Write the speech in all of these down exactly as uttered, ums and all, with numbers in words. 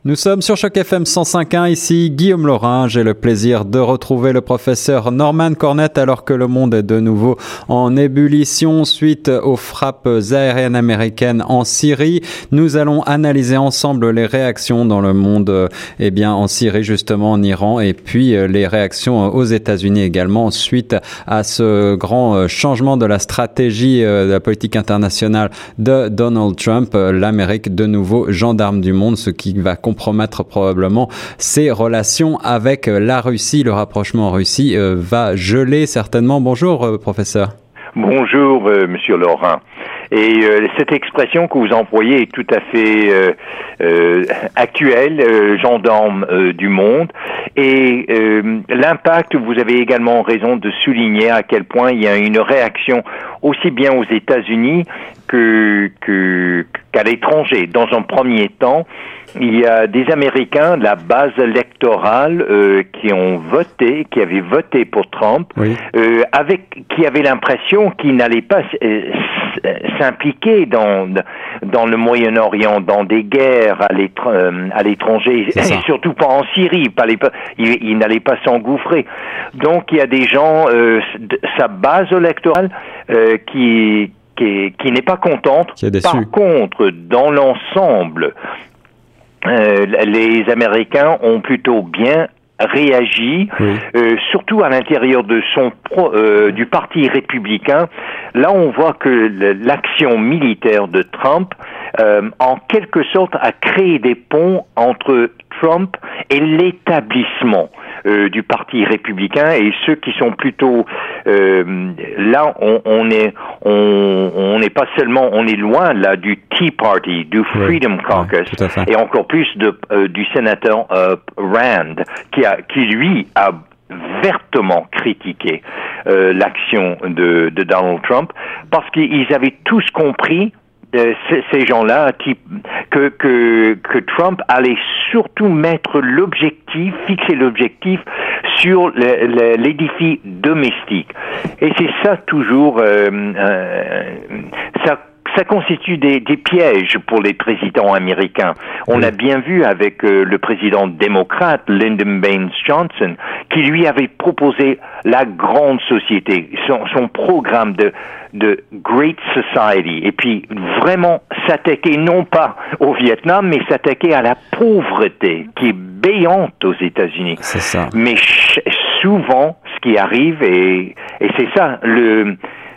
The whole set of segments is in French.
Nous sommes sur Choc F M cent cinq point un, ici Guillaume Laurin. J'ai le plaisir de retrouver le professeur Norman Cornett alors que le monde est de nouveau en ébullition suite aux frappes aériennes américaines en Syrie. Nous allons analyser ensemble les réactions dans le monde, eh bien en Syrie justement, en Iran, et puis les réactions aux États-Unis également suite à ce grand changement de la stratégie de la politique internationale de Donald Trump. L'Amérique de nouveau gendarme du monde, ce qui va compromettre probablement ses relations avec la Russie. Le rapprochement en Russie euh, va geler certainement. Bonjour, euh, professeur. Bonjour, euh, monsieur Laurin. Et euh, cette expression que vous employez est tout à fait euh, euh, actuelle, euh, gendarme euh, du monde. Et euh, l'impact, vous avez également raison de souligner à quel point il y a une réaction aussi bien aux États-Unis que, que, qu'à l'étranger. Dans un premier temps, il y a des Américains de la base électorale euh, qui ont voté, qui avaient voté pour Trump, oui. euh, avec qui avaient l'impression qu'ils n'allaient pas euh, s'impliquer dans dans le Moyen-Orient, dans des guerres à, euh, à l'étranger, et surtout pas en Syrie. Pas les, ils, ils n'allaient pas s'engouffrer. Donc il y a des gens, euh, sa base électorale euh, qui qui, qui n'est pas contente. Par contre, dans l'ensemble, Euh, les Américains ont plutôt bien réagi, oui. euh, surtout à l'intérieur de son pro, euh, du parti républicain. Là, on voit que l'action militaire de Trump, euh, en quelque sorte, a créé des ponts entre Trump et l'établissement euh, du parti républicain, et ceux qui sont plutôt euh, là, on, on est on on n'est pas seulement, on est loin là du Tea Party, du Freedom oui. Caucus, oui, et encore plus de euh, du sénateur euh, Rand, qui a qui lui a vertement critiqué euh, l'action de, de Donald Trump, parce qu'ils avaient tous compris, euh, c- ces gens-là, qui, que, que, que Trump allait surtout mettre l'objectif, fixer l'objectif sur le, le, l'édifice domestique. Et c'est ça toujours, euh, euh, ça Ça constitue des, des pièges pour les présidents américains. On oui. a bien vu avec euh, le président démocrate Lyndon Baines Johnson, qui lui avait proposé la grande société, son, son programme de, de Great Society, et puis vraiment s'attaquer non pas au Vietnam, mais s'attaquer à la pauvreté qui est béante aux États-Unis. C'est ça. Mais ch- souvent, ce qui arrive, et, et c'est ça, le...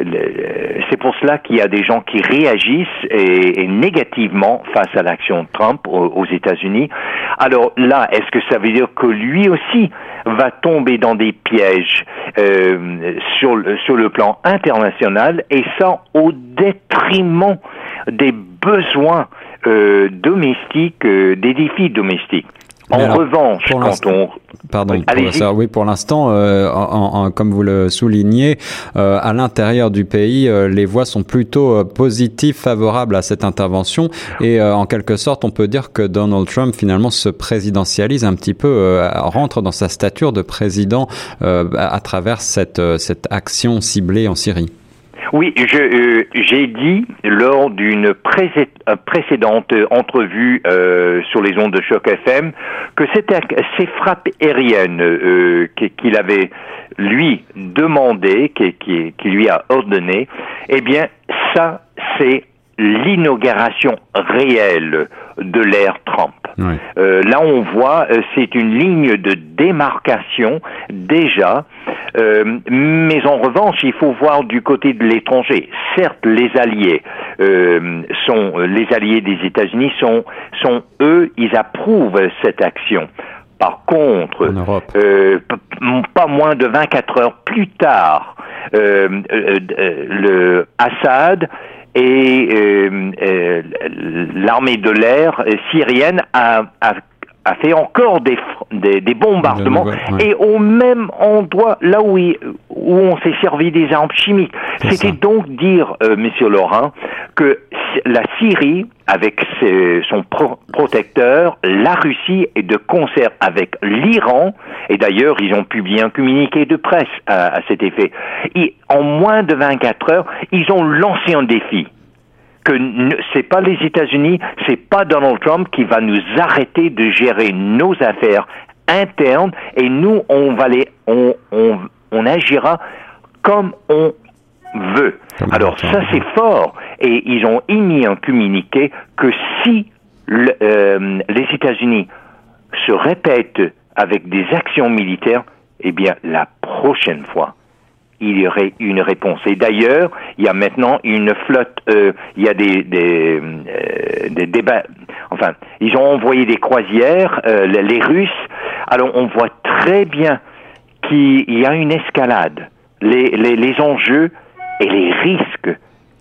Le, c'est pour cela qu'il y a des gens qui réagissent et, et négativement face à l'action de Trump aux, aux États-Unis. Alors là, est-ce que ça veut dire que lui aussi va tomber dans des pièges euh, sur, le, sur le plan international, et ça au détriment des besoins euh, domestiques, euh, des défis domestiques? En alors, revanche, quand on... Pardon, oui, professeur. Oui, pour l'instant, euh, en, en, comme vous le soulignez, euh, à l'intérieur du pays, euh, les voix sont plutôt euh, positives, favorables à cette intervention. Et euh, en quelque sorte, on peut dire que Donald Trump, finalement, se présidentialise un petit peu, euh, rentre dans sa stature de président euh, à travers cette, euh, cette action ciblée en Syrie. Oui, je, euh, j'ai dit lors d'une pré- précédente entrevue euh, sur les ondes de Choc F M que c'était ces frappes aériennes euh, qu'il avait lui demandé, qui, qui, qui lui a ordonné, eh bien ça c'est l'inauguration réelle de l'ère Trump. Oui. Euh, là, on voit, euh, c'est une ligne de démarcation déjà, euh, mais en revanche, il faut voir du côté de l'étranger. Certes, les alliés euh, sont, les alliés des États-Unis sont, sont eux, ils approuvent cette action. Par contre, euh, p- pas moins de vingt-quatre heures plus tard, euh, euh, euh, le Assad et euh, euh, l'armée de l'air syrienne a, a, a fait encore des, des, des bombardements, de nouvelles, ouais. Et au même endroit, là où, il, où on s'est servi des armes chimiques. C'est C'était ça. Donc dire, euh, Monsieur Laurin, que la Syrie, avec ses, son pro- protecteur, la Russie, est de concert avec l'Iran, et d'ailleurs, ils ont publié un communiqué de presse à, à cet effet. Et en moins de vingt-quatre heures, ils ont lancé un défi. que ne, c'est pas les États-Unis, c'est pas Donald Trump qui va nous arrêter de gérer nos affaires internes, et nous, on va les, on, on, on agira comme on veut. Comme Alors ça, c'est fort. Et ils ont émis un communiqué que si le, euh, les États-Unis se répètent avec des actions militaires, eh bien, la prochaine fois, il y aurait une réponse. Et d'ailleurs, il y a maintenant une flotte, euh, il y a des, des, euh, des débats, enfin, ils ont envoyé des croisières, euh, les, les Russes. Alors, on voit très bien qu'il y a une escalade. Les, les, les enjeux et les risques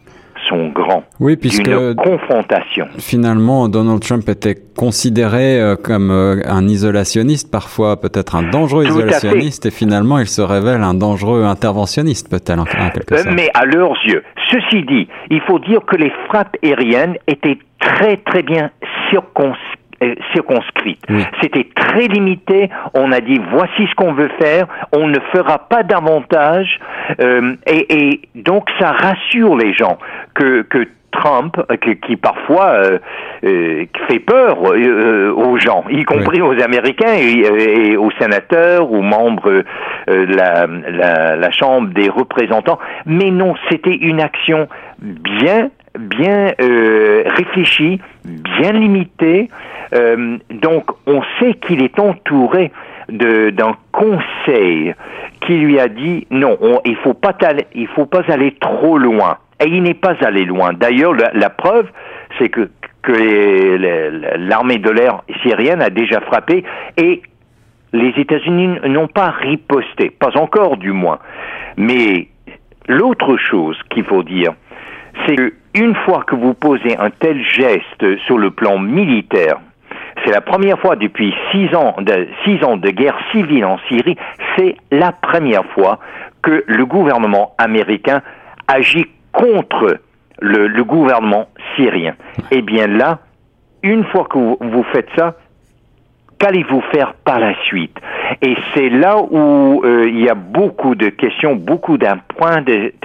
sont grands. Oui, puisque une confrontation. Finalement, Donald Trump était considéré euh, comme euh, un isolationniste, parfois peut-être un dangereux Tout isolationniste, et finalement il se révèle un dangereux interventionniste, peut-être en, en quelque sorte. Euh, mais à leurs yeux. Ceci dit, il faut dire que les frappes aériennes étaient très très bien circonscrites. Euh, circonscrite. Oui. C'était très limité. On a dit voici ce qu'on veut faire. On ne fera pas davantage. Euh, et, et donc ça rassure les gens que que Trump, qui, qui parfois euh, euh, fait peur euh, aux gens, y compris oui. aux Américains et, et aux sénateurs, aux membres euh, de la, la, la Chambre des représentants. Mais non, c'était une action bien bien euh, réfléchie, bien limitée. Euh, donc, on sait qu'il est entouré de, d'un conseil qui lui a dit non, on, il faut pas aller, il faut pas aller trop loin. Et il n'est pas allé loin. D'ailleurs, la, la preuve, c'est que que les, les, l'armée de l'air syrienne a déjà frappé et les États-Unis n'ont pas riposté, pas encore du moins. Mais l'autre chose qu'il faut dire, c'est qu'une fois que vous posez un tel geste sur le plan militaire, c'est la première fois depuis six ans de, six ans de guerre civile en Syrie, c'est la première fois que le gouvernement américain agit contre le, le gouvernement syrien. Eh bien là, une fois que vous, vous faites ça, qu'allez-vous faire par la suite? Et c'est là où euh, il y a beaucoup de questions, beaucoup d'un point,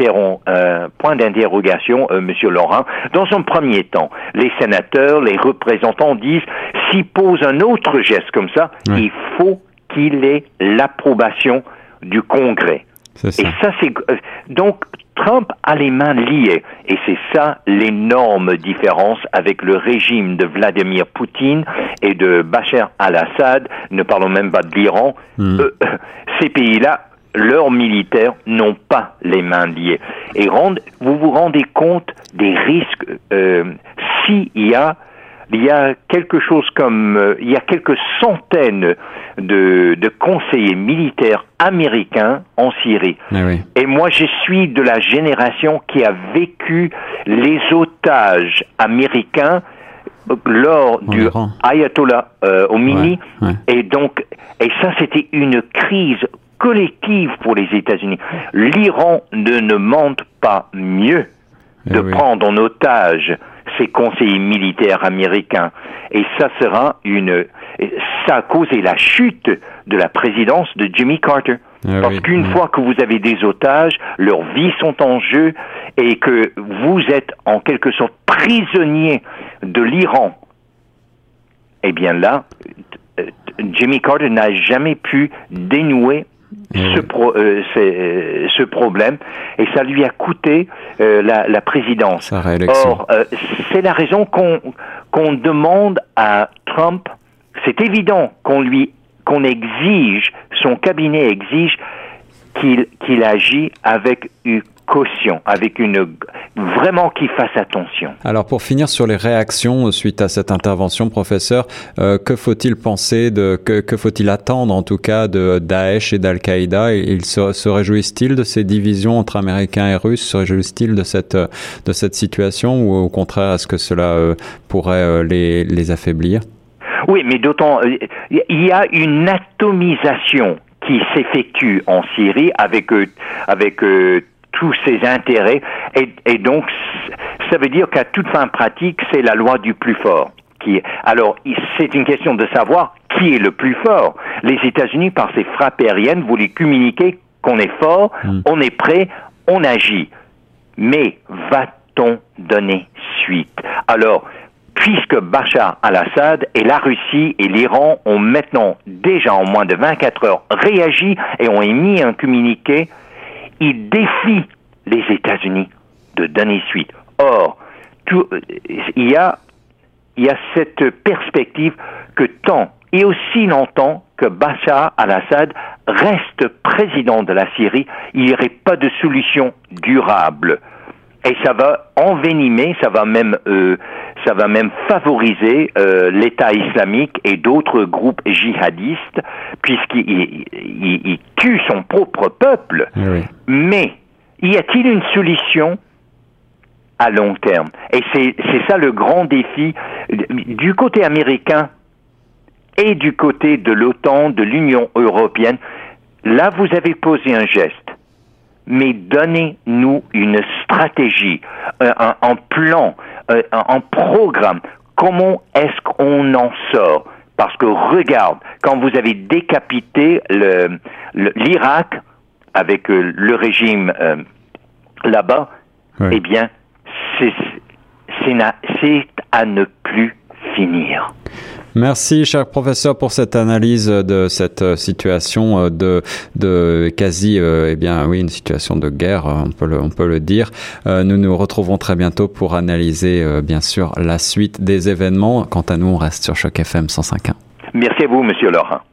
euh, point d'interrogation, euh, Monsieur Laurent. Dans un premier temps, les sénateurs, les représentants disent, s'ils posent un autre geste comme ça, oui. il faut qu'il ait l'approbation du Congrès. C'est ça. Et ça, c'est euh, donc Trump a les mains liées, et c'est ça l'énorme différence avec le régime de Vladimir Poutine et de Bachar al-Assad. Ne parlons même pas de l'Iran. Mmh. Euh, ces pays-là, leurs militaires n'ont pas les mains liées. Et rend, vous vous rendez compte des risques euh, s'il y a il y a quelque chose comme euh, il y a quelques centaines de, de conseillers militaires américains en Syrie. Ah oui. Et moi, je suis de la génération qui a vécu les otages américains lors en du Iran. Ayatollah euh, Khomeini. Ouais, ouais. Et donc, et ça, c'était une crise collective pour les États-Unis. L'Iran ne demande pas mieux de eh oui. prendre en otage ces conseillers militaires américains. Et ça sera une... Ça a causé la chute de la présidence de Jimmy Carter. Ah Parce oui, qu'une oui. fois que vous avez des otages, leurs vies sont en jeu et que vous êtes en quelque sorte prisonnier de l'Iran, eh bien là, Jimmy Carter n'a jamais pu dénouer Ce, pro, euh, euh, ce problème, et ça lui a coûté euh, la, la présidence. Or, euh, c'est la raison qu'on, qu'on demande à Trump, c'est évident qu'on lui, qu'on exige, son cabinet exige qu'il, qu'il agit avec une caution, avec une vraiment qu'il fasse attention. Alors pour finir sur les réactions suite à cette intervention, professeur, euh, que faut-il penser de que, que faut-il attendre en tout cas de Daesh et d'Al-Qaïda? Ils se, se réjouissent-ils de ces divisions entre Américains et Russes? Se réjouissent-ils de cette de cette situation, ou au contraire est-ce que cela euh, pourrait euh, les les affaiblir? Oui, mais d'autant il y a une atomisation qui s'effectue en Syrie avec euh, avec euh, tous ses intérêts, et, et donc ça veut dire qu'à toute fin pratique, c'est la loi du plus fort. Qui, alors, c'est une question de savoir qui est le plus fort. Les États-Unis, par ces frappes aériennes, voulaient communiquer qu'on est fort, mmh. on est prêt, on agit. Mais va va-t-on donner suite? Alors, puisque Bachar al-Assad et la Russie et l'Iran ont maintenant, déjà en moins de vingt-quatre heures, réagi et ont émis un communiqué, ils défient les États-Unis de donner suite. Or, tout, il y a, il y a cette perspective que tant et aussi longtemps que Bachar al-Assad reste président de la Syrie, il n'y aurait pas de solution durable. Et ça va envenimer, ça va même, euh, ça va même favoriser euh, l'État islamique et d'autres groupes djihadistes, puisqu'il il, il, il tue son propre peuple. Oui. Mais y a-t-il une solution à long terme? Et c'est, c'est ça le grand défi du côté américain et du côté de l'OTAN, de l'Union européenne. Là, vous avez posé un geste. Mais donnez-nous une stratégie, un, un plan, un, un programme. Comment est-ce qu'on en sort? Parce que regarde, quand vous avez décapité le, le, l'Irak avec euh, le régime euh, là-bas, oui. eh bien, c'est, c'est, c'est à ne plus finir. Merci, cher professeur, pour cette analyse de cette situation de, de quasi, euh, eh bien, oui, une situation de guerre, on peut le, on peut le dire. Euh, nous nous retrouvons très bientôt pour analyser, euh, bien sûr, la suite des événements. Quant à nous, on reste sur Choc F M cent cinq point un. Merci à vous, Monsieur Laurent.